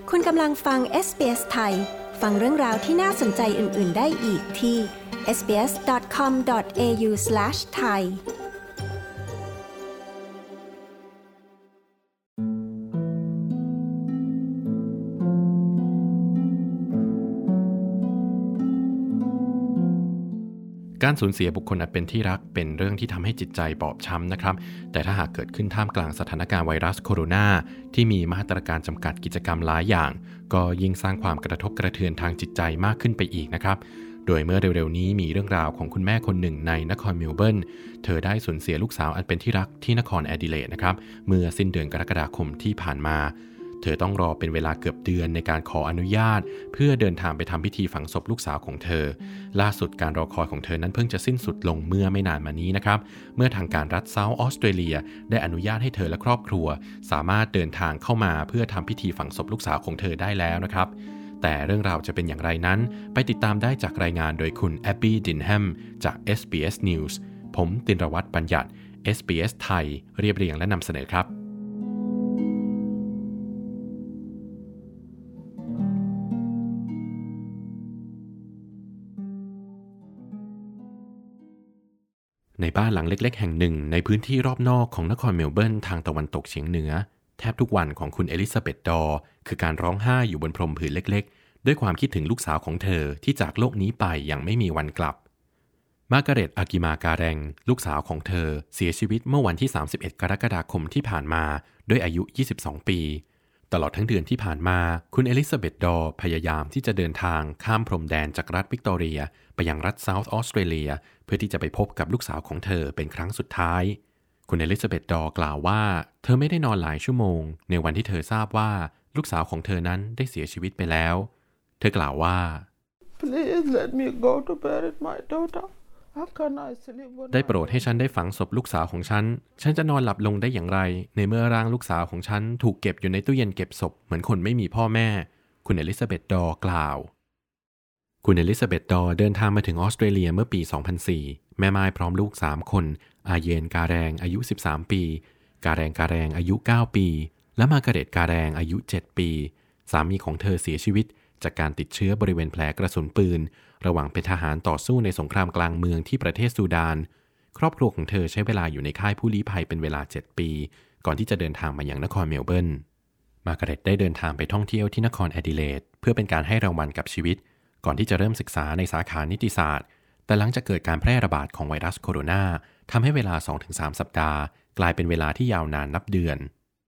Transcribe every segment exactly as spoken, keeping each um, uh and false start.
คุณกำลังฟัง เอส บี เอส ไทยฟังเรื่องราวที่น่าสนใจอื่นๆได้อีกที่ เอส บี เอส ดอท คอม ดอท เอ ยู สแลช ไทยการสูญเสียบุคคลอันเป็นที่รักเป็นเรื่องที่ทำให้จิตใจบอบช้ำนะครับแต่ถ้าหากเกิดขึ้นท่ามกลางสถานการณ์ไวรัสโคโรนาที่มีมาตรการจำกัดกิจกรรมหลายอย่างก็ยิ่งสร้างความกระทบกระเทือนทางจิตใจมากขึ้นไปอีกนะครับโดยเมื่อเร็วๆนี้มีเรื่องราวของคุณแม่คนหนึ่งในนครเมลเบิร์นเธอได้สูญเสียลูกสาวอันเป็นที่รักที่นครแอดิเลดนะครับเมื่อสิ้นเดือนกรกฎาคมที่ผ่านมาเธอต้องรอเป็นเวลาเกือบเดือนในการขออนุญาตเพื่อเดินทางไปทำพิธีฝังศพลูกสาวของเธอล่าสุดการรอคอยของเธอนั้นเพิ่งจะสิ้นสุดลงเมื่อไม่นานมานี้นะครับเมื่อทางการรัฐเซาท์ออสเตรเลียได้อนุญาตให้เธอและครอบครัวสามารถเดินทางเข้ามาเพื่อทำพิธีฝังศพลูกสาวของเธอได้แล้วนะครับแต่เรื่องราวจะเป็นอย่างไรนั้นไปติดตามได้จากรายงานโดยคุณแอบบี้ดินแฮมจาก เอส บี เอส News ผมตินรวัฒน์ปัญญา เอส บี เอส ไทยเรียบเรียงและนำเสนอครับในบ้านหลังเล็กๆแห่งหนึ่งในพื้นที่รอบนอกของนครเมลเบิร์นทางตะวันตกเฉียงเหนือแทบทุกวันของคุณเอลิซาเบธดอร์คือการร้องไห้อยู่บนพรมผืนเล็กๆด้วยความคิดถึงลูกสาวของเธอที่จากโลกนี้ไปอย่างไม่มีวันกลับมาร์กาเร็ตอากิมาการแรงลูกสาวของเธอเสียชีวิตเมื่อวันที่สามสิบเอ็ดกรกฎาคมที่ผ่านมาด้วยอายุยี่สิบสองปีตลอดทั้งเดือนที่ผ่านมาคุณเอลิซาเบธดอร์พยายามที่จะเดินทางข้ามพรมแดนจากรัฐวิกตอเรียไปยังรัฐเซาท์ออสเตรเลียเพื่อที่จะไปพบกับลูกสาวของเธอเป็นครั้งสุดท้ายคุณเอลิซาเบธดอร์กล่าวว่าเธอไม่ได้นอนหลายชั่วโมงในวันที่เธอทราบว่าลูกสาวของเธอนั้นได้เสียชีวิตไปแล้วเธอกล่าวว่า Please let me go to bury my daughter ได้โปรดให้ฉันได้ฝังศพลูกสาวของฉันฉันจะนอนหลับลงได้อย่างไรในเมื่อร่างลูกสาวของฉันถูกเก็บอยู่ในตู้เย็นเก็บศพเหมือนคนไม่มีพ่อแม่คุณเอลิซาเบธดอร์กล่าวคุณเอลิซาเบธดอร์เดินทางมาถึงออสเตรเลียเมื่อปีสองพันสี่แม่ม่ายพร้อมลูกสามคนอาเยนการแรงอายุสิบสามปีการแรงการแรงอายุเก้าปีและมาร์กาเร็ตการแรงอายุเจ็ดปีสามีของเธอเสียชีวิตจากการติดเชื้อบริเวณแผลกระสุนปืนระหว่างเป็นทหารต่อสู้ในสงครามกลางเมืองที่ประเทศซูดานครอบครัวของเธอใช้เวลาอยู่ในค่ายผู้ลี้ภัยเป็นเวลาเจ็ดปีก่อนที่จะเดินทางมายังนครเมลเบิร์นมาร์กาเร็ตได้เดินทางไปท่องเที่ยวที่นครแอดิเลดเพื่อเป็นการให้รางวัลกับชีวิตก่อนที่จะเริ่มศึกษาในสาขานิติศาสตร์แต่หลังจากเกิดการแพร่ระบาดของไวรัสโคโรนาทำให้เวลา สองถึงสาม สัปดาห์กลายเป็นเวลาที่ยาวนานนับเดือน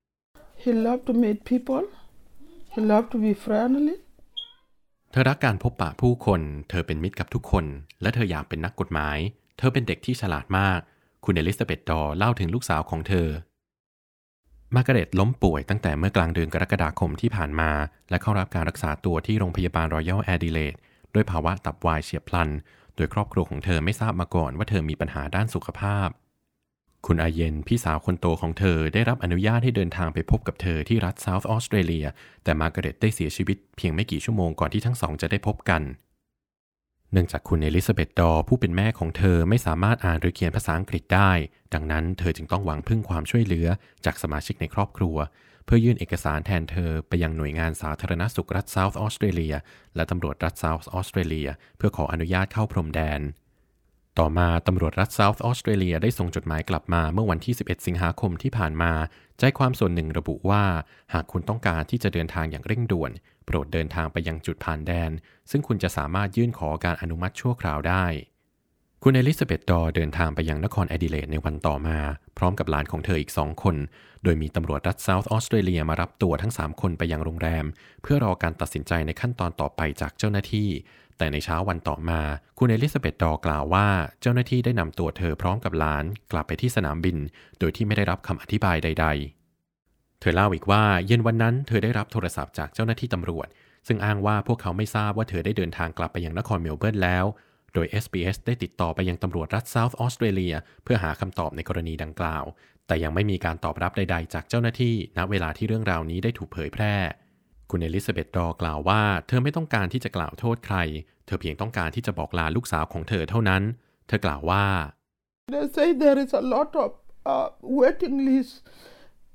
He loved to meet people. He loved to be friendly. เธอรักการพบปะผู้คนเธอเป็นมิตรกับทุกคนและเธออยากเป็นนักกฎหมายเธอเป็นเด็กที่ฉลาดมากคุณเอลิซาเบธดอร์เล่าถึงลูกสาวของเธอมาร์กาเร็ตล้มป่วยตั้งแต่เมื่อกลางเดือนกรกฎาคมที่ผ่านมาและเข้ารับการรักษาตัวที่โรงพยาบาลรอยัลแอดิเลดด้วยภาวะตับวายเฉียบพลันโดยครอบครัวของเธอไม่ทราบมาก่อนว่าเธอมีปัญหาด้านสุขภาพคุณอาเยนพี่สาวคนโตของเธอได้รับอนุญาตให้เดินทางไปพบกับเธอที่รัฐเซาท์ออสเตรเลียแต่มาร์กาเร็ตได้เสียชีวิตเพียงไม่กี่ชั่วโมงก่อนที่ทั้งสองจะได้พบกันเนื่องจากคุณเอลิซาเบธดอร์ผู้เป็นแม่ของเธอไม่สามารถอ่านหรือเขียนภาษาอังกฤษได้ดังนั้นเธอจึงต้องหวังพึ่งความช่วยเหลือจากสมาชิกในครอบครัวเพื่อยื่นเอกสารแทนเธอไปยังหน่วยงานสาธารณสุขรัฐเซาท์ออสเตรเลียและตำรวจรัฐเซาท์ออสเตรเลียเพื่อขออนุญาตเข้าพรมแดนต่อมาตำรวจรัฐเซาท์ออสเตรเลียได้ส่งจดหมายกลับมาเมื่อวันที่สิบเอ็ดสิงหาคมที่ผ่านมาใจความส่วนหนึ่งระบุว่าหากคุณต้องการที่จะเดินทางอย่างเร่งด่วนโปรดเดินทางไปยังจุดผ่านแดนซึ่งคุณจะสามารถยื่นขอการอนุมัติชั่วคราวได้คุณเอลิซาเบธดอร์เดินทางไปยังนครแอดิเลดในวันต่อมาพร้อมกับหลานของเธออีกสองคนโดยมีตำรวจรัฐเซาท์ออสเตรเลียมารับตัวทั้งสามคนไปยังโรงแรมเพื่อรอการตัดสินใจในขั้นตอนต่อไปจากเจ้าหน้าที่แต่ในเช้าวันต่อมาคุณเอลิซาเบธดอร์กล่าวว่าเจ้าหน้าที่ได้นำตัวเธอพร้อมกับหลานกลับไปที่สนามบินโดยที่ไม่ได้รับคำอธิบายใดๆเธอเล่าอีกว่าเย็นวันนั้นเธอได้รับโทรศัพท์จากเจ้าหน้าที่ตำรวจซึ่งอ้างว่าพวกเขาไม่ทราบว่าเธอได้เดินทางกลับไปยังนครเมลเบิร์นแล้วโดย เอส บี เอส ได้ติดต่อไปยังตำรวจรัฐเซาท์ออสเตรเลียเพื่อหาคำตอบในกรณีดังกล่าวแต่ยังไม่มีการตอบรับใดๆจากเจ้าหน้าที่ณเวลาที่เรื่องราวนี้ได้ถูกเผยแพร่คุณเอลิซาเบธดอร์กล่าวว่าเธอไม่ต้องการที่จะกล่าวโทษใครเธอเพียงต้องการที่จะบอกลาลูกสาวของเธอเท่านั้นเธอกล่าวว่า They say there is a lot of uh, waiting list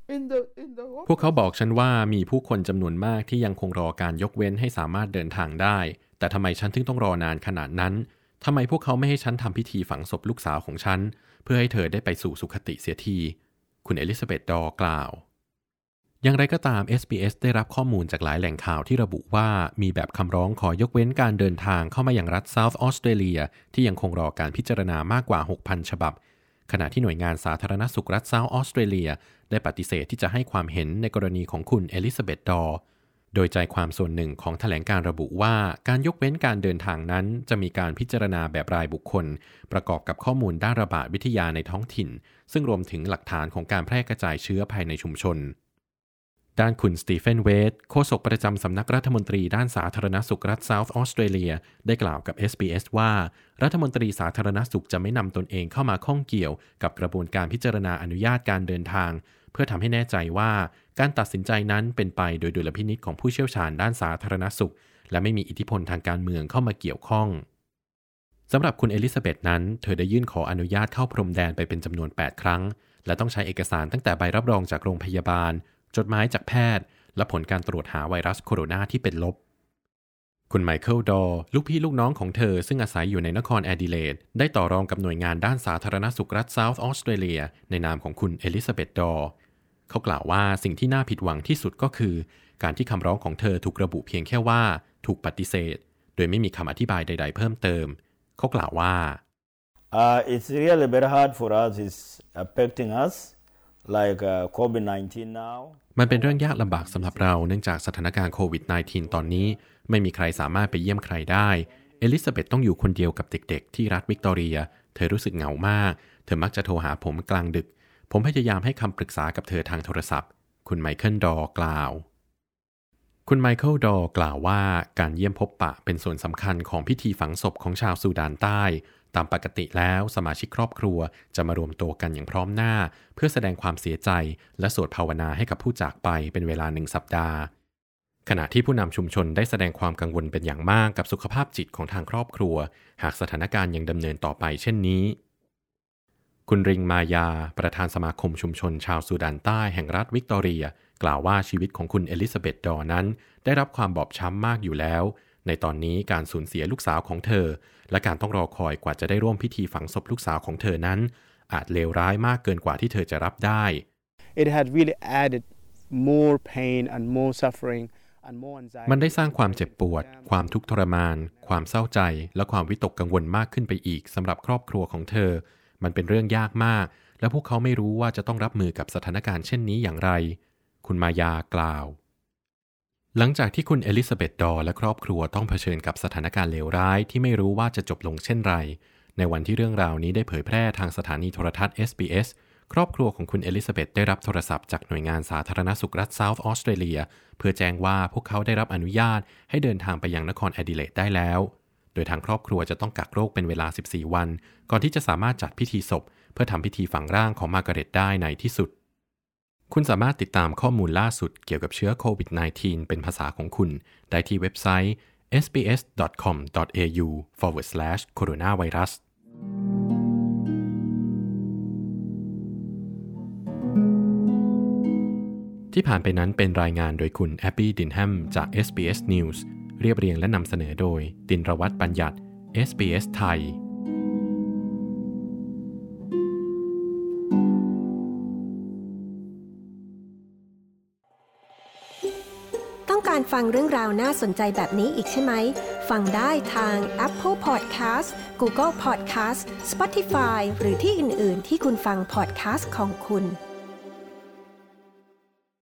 in the in the พวกเขาบอกฉันว่ามีผู้คนจำนวนมากที่ยังคงรอการยกเว้นให้สามารถเดินทางได้แต่ทำไมฉันถึงต้องรอนานขนาดนั้นทำไมพวกเขาไม่ให้ฉันทำพิธีฝังศพลูกสาวของฉันเพื่อให้เธอได้ไปสู่สุคติเสียทีคุณเอลิซาเบธดอกล่าวอย่างไรก็ตาม เอส บี เอส ได้รับข้อมูลจากหลายแหล่งข่าวที่ระบุว่ามีแบบคำร้องขอยกเว้นการเดินทางเข้ามาอย่างรัฐ South Australia ที่ยังคงรอการพิจารณามากกว่า หกพัน ฉบับขณะที่หน่วยงานสาธารณสุขรัฐ South Australia ได้ปฏิเสธที่จะให้ความเห็นในกรณีของคุณเอลิซาเบธดอโดยใจความส่วนหนึ่งของแถลงการระบุว่าการยกเว้นการเดินทางนั้นจะมีการพิจารณาแบบรายบุคคลประกอบกับข้อมูลด้านระบาดวิทยาในท้องถิ่นซึ่งรวมถึงหลักฐานของการแพร่กระจายเชื้อภายในชุมชนด้านคุณสตีเฟนเวดโฆษกประจำสำนักรัฐมนตรีด้านสาธารณสุขรัฐ South Australia ได้กล่าวกับ เอส บี เอส ว่ารัฐมนตรีสาธารณสุขจะไม่นำตนเองเข้ามาข้องเกี่ยวกับกระบวนการพิจารณาอนุญาตการเดินทางเพื่อทำให้แน่ใจว่าการตัดสินใจนั้นเป็นไปโดยดุลพินิจของผู้เชี่ยวชาญด้านสาธารณสุขและไม่มีอิทธิพลทางการเมืองเข้ามาเกี่ยวข้องสำหรับคุณเอลิซาเบธนั้นเธอได้ยื่นขออนุญาตเข้าพรมแดนไปเป็นจำนวนแปดครั้งและต้องใช้เอกสารตั้งแต่ใบรับรองจากโรงพยาบาลจดหมายจากแพทย์และผลการตรวจหาไวรัสโคโรนาที่เป็นลบคุณไมเคิลดอร์ลูกพี่ลูกน้องของเธอซึ่งอาศัยอยู่ในนครแอดิเลดได้ต่อรองกับหน่วยงานด้านสาธารณสุขรัฐ South Australia ในนามของคุณเอลิซาเบธดอร์เขากล่าวว่าสิ่งที่น่าผิดหวังที่สุดก็คือการที่คำร้องของเธอถูกระบุเพียงแค่ว่าถูกปฏิเสธโดยไม่มีคำอธิบายใดๆเพิ่มเติมเขากล่าวว่า uh, it's really very hard for us it's affecting us like uh, โควิด สิบเก้า now มันเป็นเรื่องยากลำบากสำหรับเราเนื่องจากสถานการณ์โควิด สิบเก้า ตอนนี้ไม่มีใครสามารถไปเยี่ยมใครได้เอลิซาเบธต้องอยู่คนเดียวกับเด็กๆที่รัฐวิกตอเรียเธอรู้สึกเหงามากเธอมักจะโทรหาผมกลางดึกผมพยายามให้คำปรึกษากับเธอทางโทรศัพท์คุณไมเคิลดอร์กล่าวคุณไมเคิลดอร์กล่าวว่าการเยี่ยมพบปะเป็นส่วนสำคัญของพิธีฝังศพของชาวซูดานใต้ตามปกติแล้วสมาชิกครอบครัวจะมารวมตัวกันอย่างพร้อมหน้าเพื่อแสดงความเสียใจและสวดภาวนาให้กับผู้จากไปเป็นเวลาหนึ่งสัปดาห์ขณะที่ผู้นำชุมชนได้แสดงความกังวลเป็นอย่างมากกับสุขภาพจิตของทางครอบครัวหากสถานการณ์ยังดำเนินต่อไปเช่นนี้คุณริงมายาประธานสมาคมชุมชนชาวซูดานใต้แห่งรัฐวิกตอเรียกล่าวว่าชีวิตของคุณเอลิซาเบธดอร์นั้นได้รับความบอบช้ำมากอยู่แล้วในตอนนี้การสูญเสียลูกสาวของเธอและการต้องรอคอยกว่าจะได้ร่วมพิธีฝังศพลูกสาวของเธอนั้นอาจเลวร้ายมากเกินกว่าที่เธอจะรับได้ It had really added more pain and more suffering and more anxiety มันได้สร้างความเจ็บปวดความทุกข์ทรมานความเศร้าใจและความวิตกกังวลมากขึ้นไปอีกสำหรับครอบครัวของเธอมันเป็นเรื่องยากมากและพวกเขาไม่รู้ว่าจะต้องรับมือกับสถานการณ์เช่นนี้อย่างไรคุณมายากล่าวหลังจากที่คุณเอลิซาเบธดอร์และครอบครัวต้องเผชิญกับสถานการณ์เลวร้ายที่ไม่รู้ว่าจะจบลงเช่นไรในวันที่เรื่องราวนี้ได้เผยแพร่ทางสถานีโทรทัศน์ เอส บี เอส ครอบครัวของคุณเอลิซาเบธได้รับโทรศัพท์จากหน่วยงานสาธารณสุขรัฐ South Australia เพื่อแจ้งว่าพวกเขาได้รับอนุญาตให้เดินทางไปยังนครแอดิเลดได้แล้วโดยทางครอบครัวจะต้องกักโรคเป็นเวลาสิบสี่วันก่อนที่จะสามารถจัดพิธีศพเพื่อทำพิธีฝังร่างของมาร์กาเร็ตได้ในที่สุดคุณสามารถติดตามข้อมูลล่าสุดเกี่ยวกับเชื้อโควิด สิบเก้า เป็นภาษาของคุณได้ที่เว็บไซต์ เอส บี เอส ดอท คอม ดอท เอ ยู forward slash โคโรนาไวรัสที่ผ่านไปนั้นเป็นรายงานโดยคุณแอบบี้ดินแฮมจาก เอส บี เอส News เรียบเรียงและนำเสนอโดยดินรวัฒน์ปัญญัติ เอส บี เอส ไทยต้องการฟังเรื่องราวน่าสนใจแบบนี้อีกใช่ไหมฟังได้ทาง Apple Podcast Google Podcast Spotify หรือที่อื่น ๆ ที่คุณฟัง podcast ของคุณ